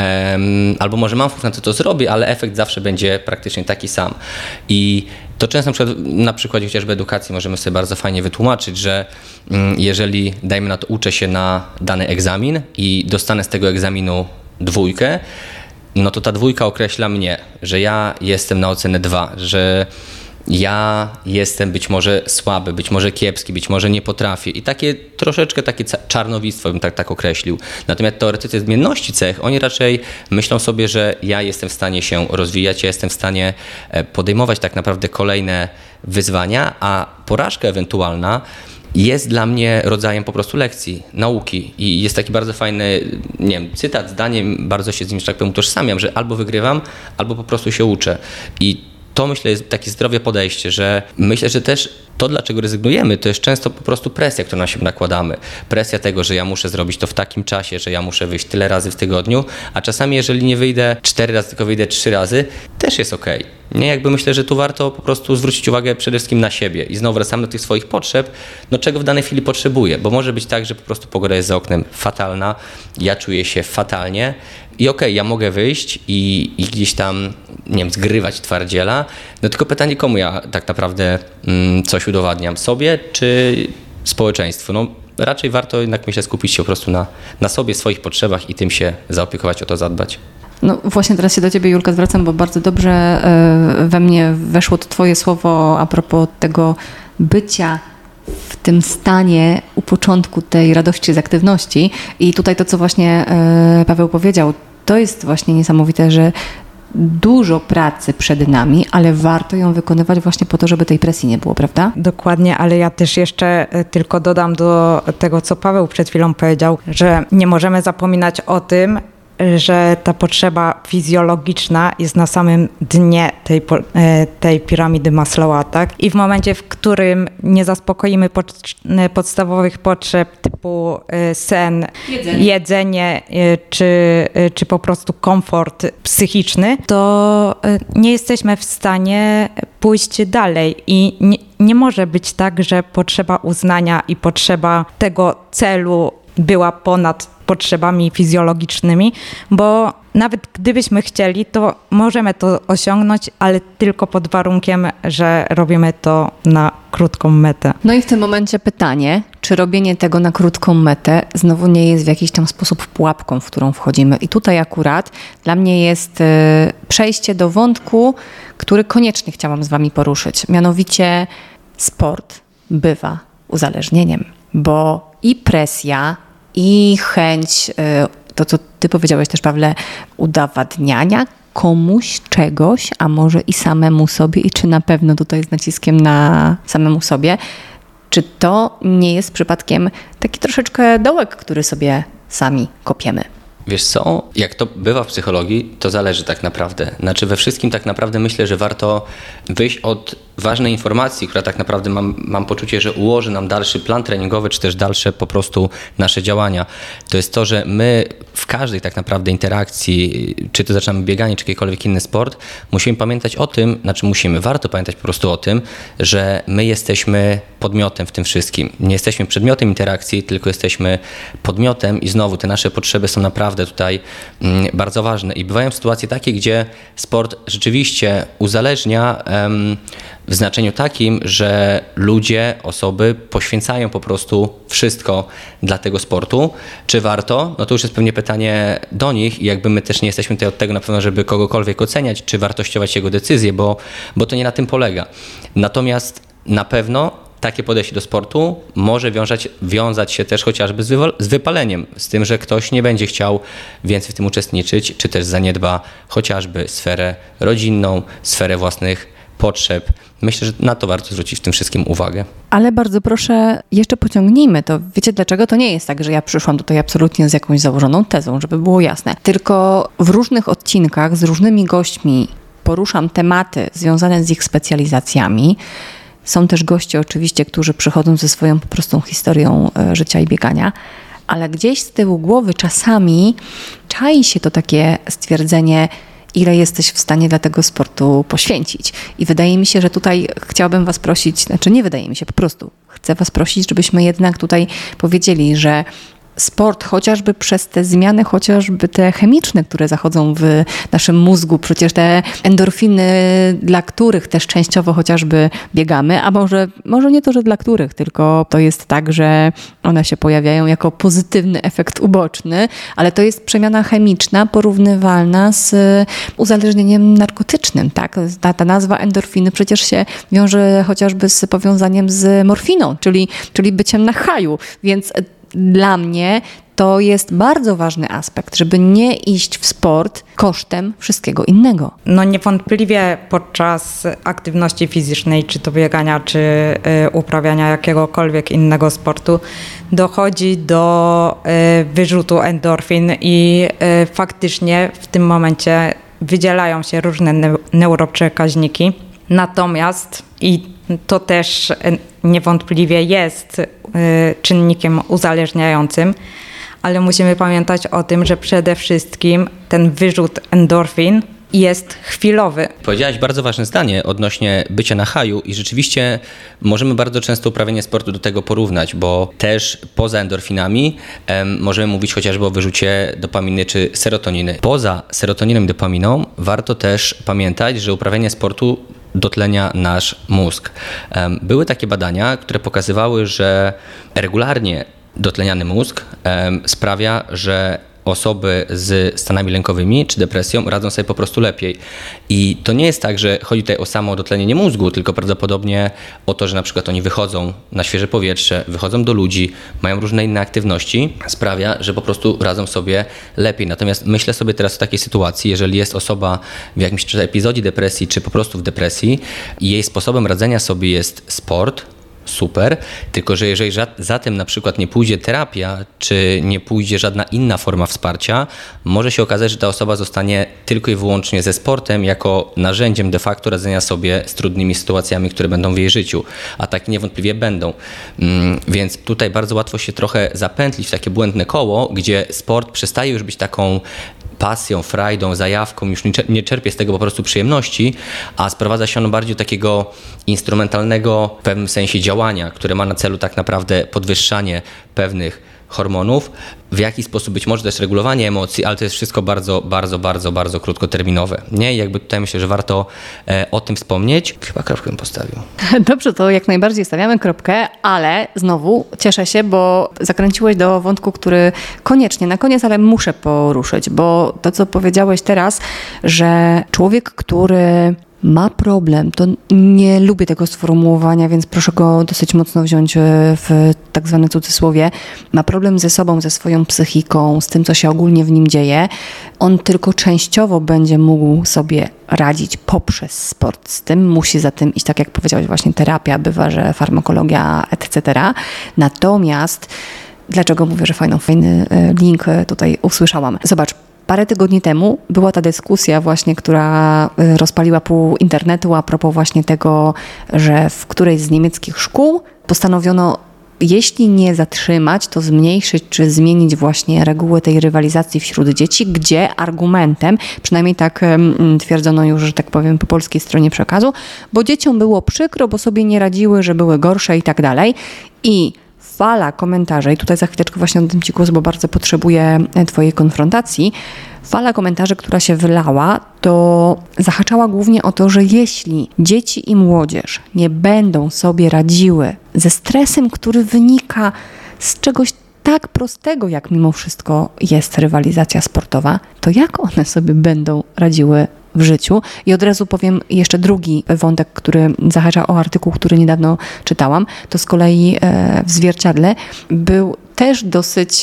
Albo może mam wpływ na to, co zrobię, ale efekt zawsze będzie praktycznie taki sam. I to często na przykładzie chociażby edukacji możemy sobie bardzo fajnie wytłumaczyć, że jeżeli, dajmy na to, uczę się na dany egzamin i dostanę z tego egzaminu 2, no to ta 2 określa mnie, że ja jestem na ocenę 2, że ja jestem być może słaby, być może kiepski, być może nie potrafię i troszeczkę takie czarnowictwo bym tak określił. Natomiast teoretycy zmienności cech, oni raczej myślą sobie, że ja jestem w stanie się rozwijać, ja jestem w stanie podejmować tak naprawdę kolejne wyzwania, a porażka ewentualna jest dla mnie rodzajem po prostu lekcji, nauki i jest taki bardzo fajny, nie wiem, cytat, zdanie, bardzo się z nim, że tak powiem, utożsamiam, że albo wygrywam, albo po prostu się uczę i to myślę jest takie zdrowe podejście, że myślę, że też to, dlaczego rezygnujemy, to jest często po prostu presja, którą na siebie nakładamy. Presja tego, że ja muszę zrobić to w takim czasie, że ja muszę wyjść tyle razy w tygodniu, a czasami jeżeli nie wyjdę 4 razy, tylko wyjdę 3 razy, też jest okej. Nie, jakby myślę, że tu warto po prostu zwrócić uwagę przede wszystkim na siebie i znowu wracamy do tych swoich potrzeb, no czego w danej chwili potrzebuję, bo może być tak, że po prostu pogoda jest za oknem fatalna, ja czuję się fatalnie i ja mogę wyjść i gdzieś tam, nie wiem, zgrywać twardziela, no tylko pytanie, komu ja tak naprawdę coś udowadniam, sobie czy społeczeństwu? No raczej warto jednak, myślę, skupić się po prostu na sobie, swoich potrzebach i tym się zaopiekować, o to zadbać. No właśnie teraz się do Ciebie, Julka, zwracam, bo bardzo dobrze we mnie weszło to Twoje słowo a propos tego bycia w tym stanie u początku tej radości z aktywności. I tutaj to, co właśnie Paweł powiedział, to jest właśnie niesamowite, że dużo pracy przed nami, ale warto ją wykonywać właśnie po to, żeby tej presji nie było, prawda? Dokładnie, ale ja też jeszcze tylko dodam do tego, co Paweł przed chwilą powiedział, że nie możemy zapominać o tym, że ta potrzeba fizjologiczna jest na samym dnie tej piramidy Maslowa, tak? I w momencie, w którym nie zaspokoimy podstawowych potrzeb typu sen, jedzenie czy po prostu komfort psychiczny, to nie jesteśmy w stanie pójść dalej i nie może być tak, że potrzeba uznania i potrzeba tego celu była ponad potrzebami fizjologicznymi, bo nawet gdybyśmy chcieli, to możemy to osiągnąć, ale tylko pod warunkiem, że robimy to na krótką metę. No i w tym momencie pytanie, czy robienie tego na krótką metę znowu nie jest w jakiś tam sposób pułapką, w którą wchodzimy. I tutaj akurat dla mnie jest przejście do wątku, który koniecznie chciałam z Wami poruszyć. Mianowicie sport bywa uzależnieniem, bo i presja, i chęć, to co Ty powiedziałeś też, Pawle, udowadniania komuś czegoś, a może i samemu sobie, i czy na pewno tutaj z naciskiem na samemu sobie, czy to nie jest przypadkiem taki troszeczkę dołek, który sobie sami kopiemy? Wiesz co, jak to bywa w psychologii, to zależy tak naprawdę. Znaczy we wszystkim tak naprawdę myślę, że warto wyjść od ważnej informacji, która tak naprawdę mam poczucie, że ułoży nam dalszy plan treningowy, czy też dalsze po prostu nasze działania. To jest to, że my w każdej tak naprawdę interakcji, czy to zaczynamy bieganie, czy jakikolwiek inny sport, musimy pamiętać o tym, warto pamiętać po prostu o tym, że my jesteśmy podmiotem w tym wszystkim. Nie jesteśmy przedmiotem interakcji, tylko jesteśmy podmiotem i znowu te nasze potrzeby są naprawdę tutaj bardzo ważne. I bywają sytuacje takie, gdzie sport rzeczywiście uzależnia w znaczeniu takim, że ludzie, osoby poświęcają po prostu wszystko dla tego sportu. Czy warto? No to już jest pewnie pytanie do nich i jakby my też nie jesteśmy tutaj od tego na pewno, żeby kogokolwiek oceniać, czy wartościować jego decyzje, bo to nie na tym polega. Natomiast na pewno takie podejście do sportu może wiązać się też chociażby z wypaleniem, z tym, że ktoś nie będzie chciał więcej w tym uczestniczyć, czy też zaniedba chociażby sferę rodzinną, sferę własnych potrzeb. Myślę, że na to warto zwrócić w tym wszystkim uwagę. Ale bardzo proszę, jeszcze pociągnijmy to. Wiecie dlaczego? To nie jest tak, że ja przyszłam tutaj absolutnie z jakąś założoną tezą, żeby było jasne. Tylko w różnych odcinkach z różnymi gośćmi poruszam tematy związane z ich specjalizacjami. Są też goście oczywiście, którzy przychodzą ze swoją po prostu historią życia i biegania, ale gdzieś z tyłu głowy czasami czai się to takie stwierdzenie, ile jesteś w stanie dla tego sportu poświęcić. I wydaje mi się, że tutaj chciałabym was prosić, znaczy nie wydaje mi się, po prostu chcę was prosić, żebyśmy jednak tutaj powiedzieli, że sport chociażby przez te zmiany, chociażby te chemiczne, które zachodzą w naszym mózgu, przecież te endorfiny, dla których też częściowo chociażby biegamy, a może nie to, że dla których, tylko to jest tak, że one się pojawiają jako pozytywny efekt uboczny, ale to jest przemiana chemiczna porównywalna z uzależnieniem narkotycznym, tak? Ta nazwa endorfiny przecież się wiąże chociażby z powiązaniem z morfiną, czyli byciem na haju, więc dla mnie to jest bardzo ważny aspekt, żeby nie iść w sport kosztem wszystkiego innego. No niewątpliwie podczas aktywności fizycznej, czy to biegania, czy uprawiania jakiegokolwiek innego sportu, dochodzi do wyrzutu endorfin i faktycznie w tym momencie wydzielają się różne neuroprzekaźniki. Natomiast i to też niewątpliwie jest czynnikiem uzależniającym, ale musimy pamiętać o tym, że przede wszystkim ten wyrzut endorfin jest chwilowy. Powiedziałaś bardzo ważne zdanie odnośnie bycia na haju i rzeczywiście możemy bardzo często uprawianie sportu do tego porównać, bo też poza endorfinami możemy mówić chociażby o wyrzucie dopaminy czy serotoniny. Poza serotoniną i dopaminą warto też pamiętać, że uprawianie sportu dotlenia nasz mózg. Były takie badania, które pokazywały, że regularnie dotleniany mózg sprawia, że osoby z stanami lękowymi czy depresją radzą sobie po prostu lepiej. I to nie jest tak, że chodzi tutaj o samo dotlenienie mózgu, tylko prawdopodobnie o to, że na przykład oni wychodzą na świeże powietrze, wychodzą do ludzi, mają różne inne aktywności, sprawia, że po prostu radzą sobie lepiej. Natomiast myślę sobie teraz o takiej sytuacji, jeżeli jest osoba w jakimś czy epizodzie depresji, czy po prostu w depresji i jej sposobem radzenia sobie jest sport, super, tylko że jeżeli za tym na przykład nie pójdzie terapia, czy nie pójdzie żadna inna forma wsparcia, może się okazać, że ta osoba zostanie tylko i wyłącznie ze sportem jako narzędziem de facto radzenia sobie z trudnymi sytuacjami, które będą w jej życiu, a tak niewątpliwie będą. Więc tutaj bardzo łatwo się trochę zapętlić w takie błędne koło, gdzie sport przestaje już być taką pasją, frajdą, zajawką, już nie czerpie z tego po prostu przyjemności, a sprowadza się ono bardziej do takiego instrumentalnego w pewnym sensie działania, które ma na celu tak naprawdę podwyższanie pewnych hormonów, w jaki sposób być może też regulowanie emocji, ale to jest wszystko bardzo, bardzo, bardzo, bardzo krótkoterminowe. Nie? I jakby tutaj myślę, że warto o tym wspomnieć. Chyba kropkę bym postawił. Dobrze, to jak najbardziej stawiamy kropkę, ale znowu cieszę się, bo zakręciłeś do wątku, który koniecznie na koniec, ale muszę poruszyć, bo to, co powiedziałeś teraz, że człowiek, który ma problem, to nie lubię tego sformułowania, więc proszę go dosyć mocno wziąć w tak zwane cudzysłowie. Ma problem ze sobą, ze swoją psychiką, z tym, co się ogólnie w nim dzieje. On tylko częściowo będzie mógł sobie radzić poprzez sport. Z tym musi za tym iść, tak jak powiedziałeś, właśnie terapia, bywa, że farmakologia, etc. Natomiast dlaczego mówię, że fajny link tutaj usłyszałam? Zobacz, parę tygodni temu była ta dyskusja właśnie, która rozpaliła pół internetu a propos właśnie tego, że w którejś z niemieckich szkół postanowiono, jeśli nie zatrzymać, to zmniejszyć czy zmienić właśnie reguły tej rywalizacji wśród dzieci, gdzie argumentem, przynajmniej tak twierdzono już, że tak powiem, po polskiej stronie przekazu, bo dzieciom było przykro, bo sobie nie radziły, że były gorsze i tak dalej. I fala komentarzy, i tutaj za chwileczkę właśnie oddam Ci głos, bo bardzo potrzebuję Twojej konfrontacji, Fala komentarzy, która się wylała, to zahaczała głównie o to, że jeśli dzieci i młodzież nie będą sobie radziły ze stresem, który wynika z czegoś tak prostego, jak mimo wszystko jest rywalizacja sportowa, to jak one sobie będą radziły w życiu? I od razu powiem jeszcze drugi wątek, który zahacza o artykuł, który niedawno czytałam. To z kolei w Zwierciadle był też dosyć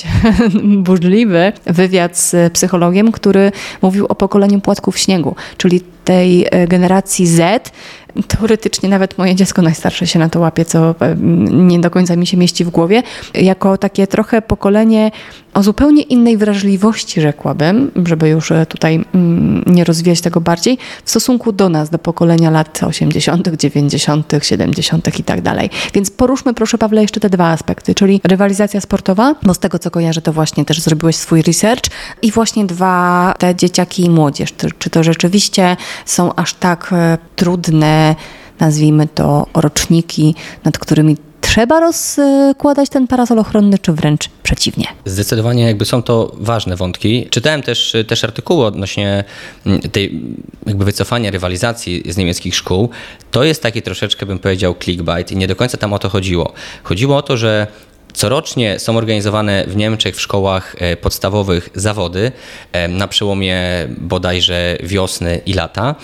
burzliwy wywiad z psychologiem, który mówił o pokoleniu płatków śniegu, czyli tej generacji Z. Teoretycznie nawet moje dziecko najstarsze się na to łapie, co nie do końca mi się mieści w głowie, jako takie trochę pokolenie o zupełnie innej wrażliwości, rzekłabym, żeby już tutaj nie rozwijać tego bardziej, w stosunku do nas, do pokolenia lat 80., 90., 70. i tak dalej. Więc poruszmy, proszę Pawle, jeszcze te dwa aspekty, czyli rywalizacja sportowa, bo z tego, co kojarzę, to właśnie też zrobiłeś swój research, i właśnie dwa, te dzieciaki i młodzież. Czy to rzeczywiście są aż tak trudne, nazwijmy to, roczniki, nad którymi trzeba rozkładać ten parasol ochronny, czy wręcz przeciwnie? Zdecydowanie jakby są to ważne wątki. Czytałem też artykuły odnośnie tej jakby wycofania rywalizacji z niemieckich szkół. To jest taki troszeczkę, bym powiedział, clickbait i nie do końca tam o to chodziło. Chodziło o to, że corocznie są organizowane w Niemczech w szkołach podstawowych zawody na przełomie bodajże wiosny i lata,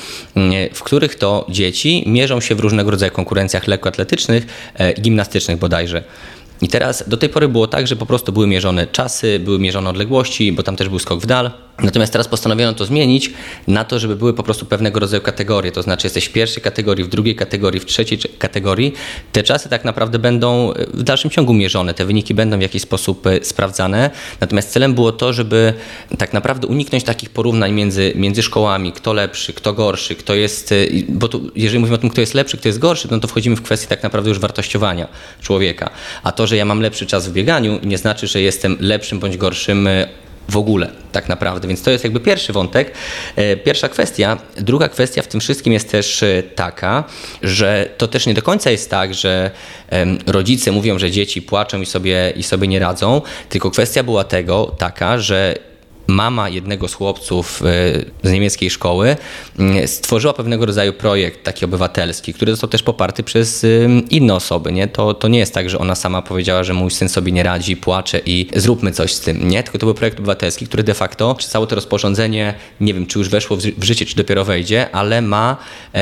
w których to dzieci mierzą się w różnego rodzaju konkurencjach lekkoatletycznych i gimnastycznych bodajże. I teraz do tej pory było tak, że po prostu były mierzone czasy, były mierzone odległości, bo tam też był skok w dal. Natomiast teraz postanowiono to zmienić na to, żeby były po prostu pewnego rodzaju kategorie. To znaczy jesteś w pierwszej kategorii, w drugiej kategorii, w trzeciej kategorii. Te czasy tak naprawdę będą w dalszym ciągu mierzone, te wyniki będą w jakiś sposób sprawdzane. Natomiast celem było to, żeby tak naprawdę uniknąć takich porównań między szkołami, kto lepszy, kto gorszy, kto jest, bo tu, jeżeli mówimy o tym, kto jest lepszy, kto jest gorszy, no to wchodzimy w kwestię tak naprawdę już wartościowania człowieka. A to, że ja mam lepszy czas w bieganiu, nie znaczy, że jestem lepszym bądź gorszym w ogóle tak naprawdę. Więc to jest jakby pierwszy wątek, pierwsza kwestia. Druga kwestia w tym wszystkim jest też taka, że to też nie do końca jest tak, że rodzice mówią, że dzieci płaczą i sobie nie radzą, tylko kwestia była taka, że mama jednego z chłopców z niemieckiej szkoły stworzyła pewnego rodzaju projekt taki obywatelski, który został też poparty przez inne osoby. Nie? To nie jest tak, że ona sama powiedziała, że mój syn sobie nie radzi, płacze i zróbmy coś z tym. Nie? Tylko to był projekt obywatelski, który de facto, całe to rozporządzenie, nie wiem, czy już weszło w życie, czy dopiero wejdzie, ale ma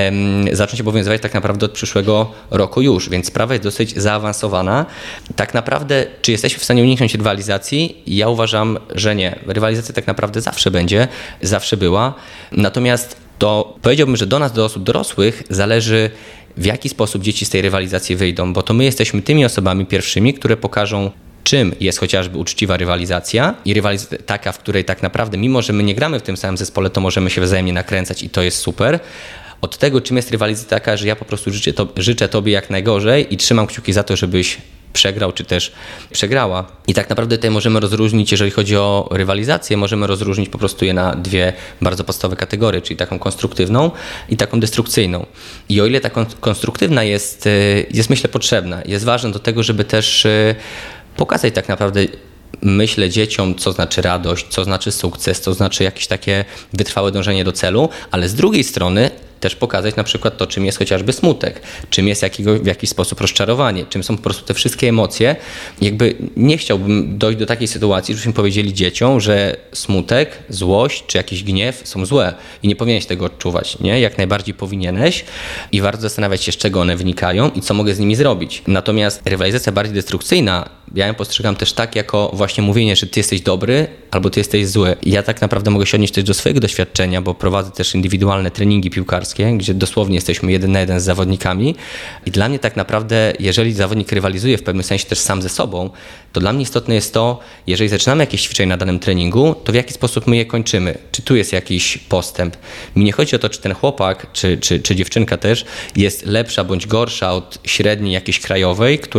zacząć obowiązywać tak naprawdę od przyszłego roku już, więc sprawa jest dosyć zaawansowana. Tak naprawdę, czy jesteśmy w stanie uniknąć rywalizacji? Ja uważam, że nie. Rywalizacja tak naprawdę zawsze będzie, zawsze była. Natomiast to powiedziałbym, że do nas, do osób dorosłych zależy, w jaki sposób dzieci z tej rywalizacji wyjdą, bo to my jesteśmy tymi osobami pierwszymi, które pokażą, czym jest chociażby uczciwa rywalizacja i rywalizacja taka, w której tak naprawdę, mimo że my nie gramy w tym samym zespole, to możemy się wzajemnie nakręcać i to jest super. Od tego, czym jest rywalizacja taka, że ja po prostu życzę tobie jak najgorzej i trzymam kciuki za to, żebyś przegrał, czy też przegrała. I tak naprawdę tutaj możemy rozróżnić, jeżeli chodzi o rywalizację, możemy rozróżnić po prostu je na dwie bardzo podstawowe kategorie, czyli taką konstruktywną i taką destrukcyjną. I o ile ta konstruktywna jest myślę potrzebna, jest ważna do tego, żeby też pokazać tak naprawdę, myślę, dzieciom, co znaczy radość, co znaczy sukces, co znaczy jakieś takie wytrwałe dążenie do celu, ale z drugiej strony też pokazać na przykład to, czym jest chociażby smutek, czym jest w jakiś sposób rozczarowanie, czym są po prostu te wszystkie emocje. Jakby nie chciałbym dojść do takiej sytuacji, żebyśmy powiedzieli dzieciom, że smutek, złość czy jakiś gniew są złe i nie powinieneś tego odczuwać, nie? Jak najbardziej powinieneś i warto zastanawiać się, z czego one wynikają i co mogę z nimi zrobić. Natomiast rywalizacja bardziej destrukcyjna, ja ją postrzegam też tak jako właśnie mówienie, że ty jesteś dobry albo ty jesteś zły. I ja tak naprawdę mogę się odnieść też do swojego doświadczenia, bo prowadzę też indywidualne treningi piłkarskie, gdzie dosłownie jesteśmy 1 na 1 z zawodnikami i dla mnie tak naprawdę, jeżeli zawodnik rywalizuje w pewnym sensie też sam ze sobą, to dla mnie istotne jest to, jeżeli zaczynamy jakieś ćwiczenie na danym treningu, to w jaki sposób my je kończymy, czy tu jest jakiś postęp. Mi nie chodzi o to, czy ten chłopak, czy dziewczynka też jest lepsza bądź gorsza od średniej jakiejś krajowej, która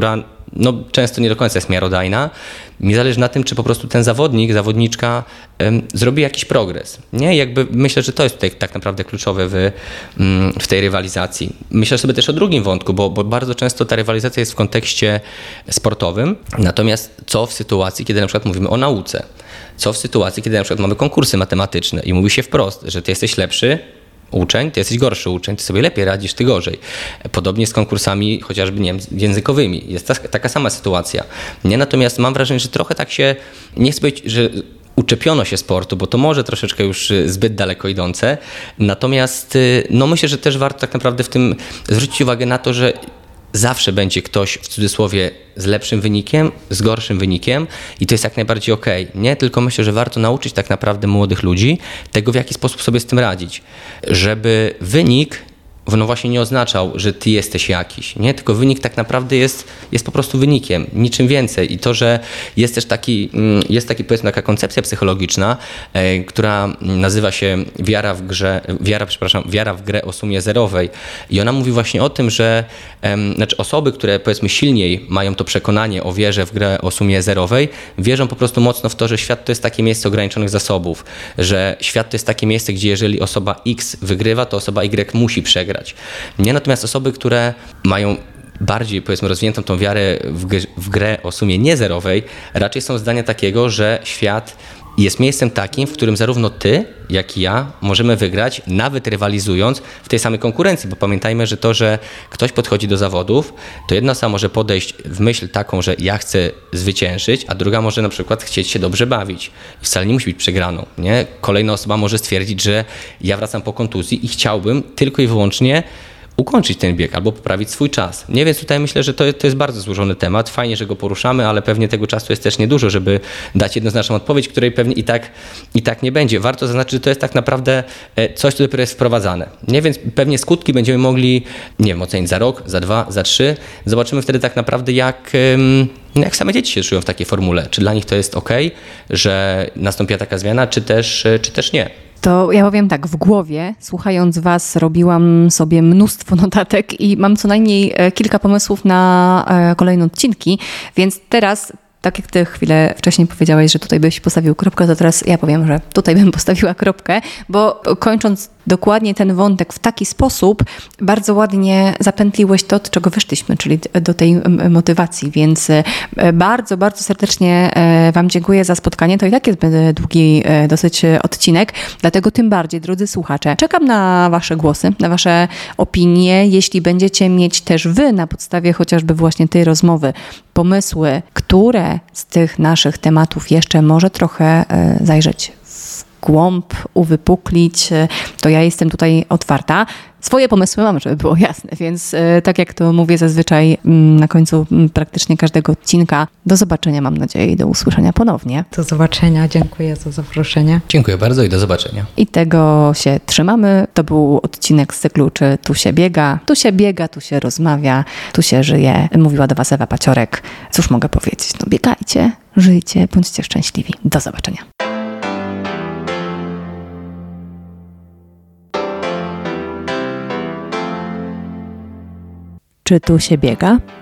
często nie do końca jest miarodajna. Mi zależy na tym, czy po prostu ten zawodnik, zawodniczka zrobi jakiś progres. Nie? Jakby myślę, że to jest tutaj tak naprawdę kluczowe w tej rywalizacji. Myślę sobie też o drugim wątku, bo bardzo często ta rywalizacja jest w kontekście sportowym. Natomiast co w sytuacji, kiedy na przykład mówimy o nauce? Co w sytuacji, kiedy na przykład mamy konkursy matematyczne i mówi się wprost, że ty jesteś lepszy uczeń, ty jesteś gorszy uczeń, ty sobie lepiej radzisz, ty gorzej. Podobnie z konkursami chociażby, nie wiem, językowymi. Jest taka sama sytuacja. Nie? Natomiast mam wrażenie, że trochę tak się, nie chcę powiedzieć, że uczepiono się sportu, bo to może troszeczkę już zbyt daleko idące. Natomiast myślę, że też warto tak naprawdę w tym zwrócić uwagę na to, że zawsze będzie ktoś w cudzysłowie z lepszym wynikiem, z gorszym wynikiem i to jest jak najbardziej okej. Nie, tylko myślę, że warto nauczyć tak naprawdę młodych ludzi tego, w jaki sposób sobie z tym radzić. Żeby wynik właśnie nie oznaczał, że ty jesteś jakiś, nie? Tylko wynik tak naprawdę jest po prostu wynikiem, niczym więcej. I to, że jest też taki powiedzmy taka koncepcja psychologiczna, która nazywa się wiara w grę o sumie zerowej. I ona mówi właśnie o tym, że osoby, które powiedzmy silniej mają to przekonanie o wierze w grę o sumie zerowej, wierzą po prostu mocno w to, że świat to jest takie miejsce ograniczonych zasobów, że świat to jest takie miejsce, gdzie jeżeli osoba X wygrywa, to osoba Y musi przegrać. Nie? Natomiast osoby, które mają bardziej powiedzmy rozwiniętą tą wiarę w grę o sumie niezerowej, raczej są zdania takiego, że świat jest miejscem takim, w którym zarówno ty, jak i ja możemy wygrać, nawet rywalizując w tej samej konkurencji, bo pamiętajmy, że to, że ktoś podchodzi do zawodów, to jedna osoba może podejść w myśl taką, że ja chcę zwyciężyć, a druga może na przykład chcieć się dobrze bawić. I wcale nie musi być przegraną. Nie? Kolejna osoba może stwierdzić, że ja wracam po kontuzji i chciałbym tylko i wyłącznie ukończyć ten bieg albo poprawić swój czas. Nie, więc tutaj myślę, że to jest bardzo złożony temat. Fajnie, że go poruszamy, ale pewnie tego czasu jest też niedużo, żeby dać jednoznaczną odpowiedź, której pewnie i tak nie będzie. Warto zaznaczyć, że to jest tak naprawdę coś, co dopiero jest wprowadzane. Nie, więc pewnie skutki będziemy mogli, nie wiem, ocenić za rok, za 2, za 3. Zobaczymy wtedy tak naprawdę, jak same dzieci się czują w takiej formule. Czy dla nich to jest okej, że nastąpiła taka zmiana, czy też nie. To ja powiem tak, w głowie, słuchając was, robiłam sobie mnóstwo notatek i mam co najmniej kilka pomysłów na kolejne odcinki, więc teraz, tak jak ty chwilę wcześniej powiedziałeś, że tutaj byś postawił kropkę, to teraz ja powiem, że tutaj bym postawiła kropkę, bo kończąc dokładnie ten wątek w taki sposób, bardzo ładnie zapętliłeś to, od czego wyszliśmy, czyli do tej motywacji, więc bardzo, bardzo serdecznie wam dziękuję za spotkanie. To i tak jest długi dosyć odcinek, dlatego tym bardziej, drodzy słuchacze, czekam na wasze głosy, na wasze opinie. Jeśli będziecie mieć też wy na podstawie chociażby właśnie tej rozmowy pomysły, które z tych naszych tematów jeszcze może trochę zajrzeć głąb, uwypuklić, to ja jestem tutaj otwarta. Swoje pomysły mam, żeby było jasne, więc tak jak to mówię zazwyczaj na końcu praktycznie każdego odcinka, do zobaczenia, mam nadzieję, i do usłyszenia ponownie. Do zobaczenia, dziękuję za zaproszenie. Dziękuję bardzo i do zobaczenia. I tego się trzymamy. To był odcinek z cyklu Czy tu się biega? Tu się biega, tu się rozmawia, tu się żyje. Mówiła do was Ewa Paciorek. Cóż mogę powiedzieć? No biegajcie, żyjcie, bądźcie szczęśliwi. Do zobaczenia. Czy tu się biega?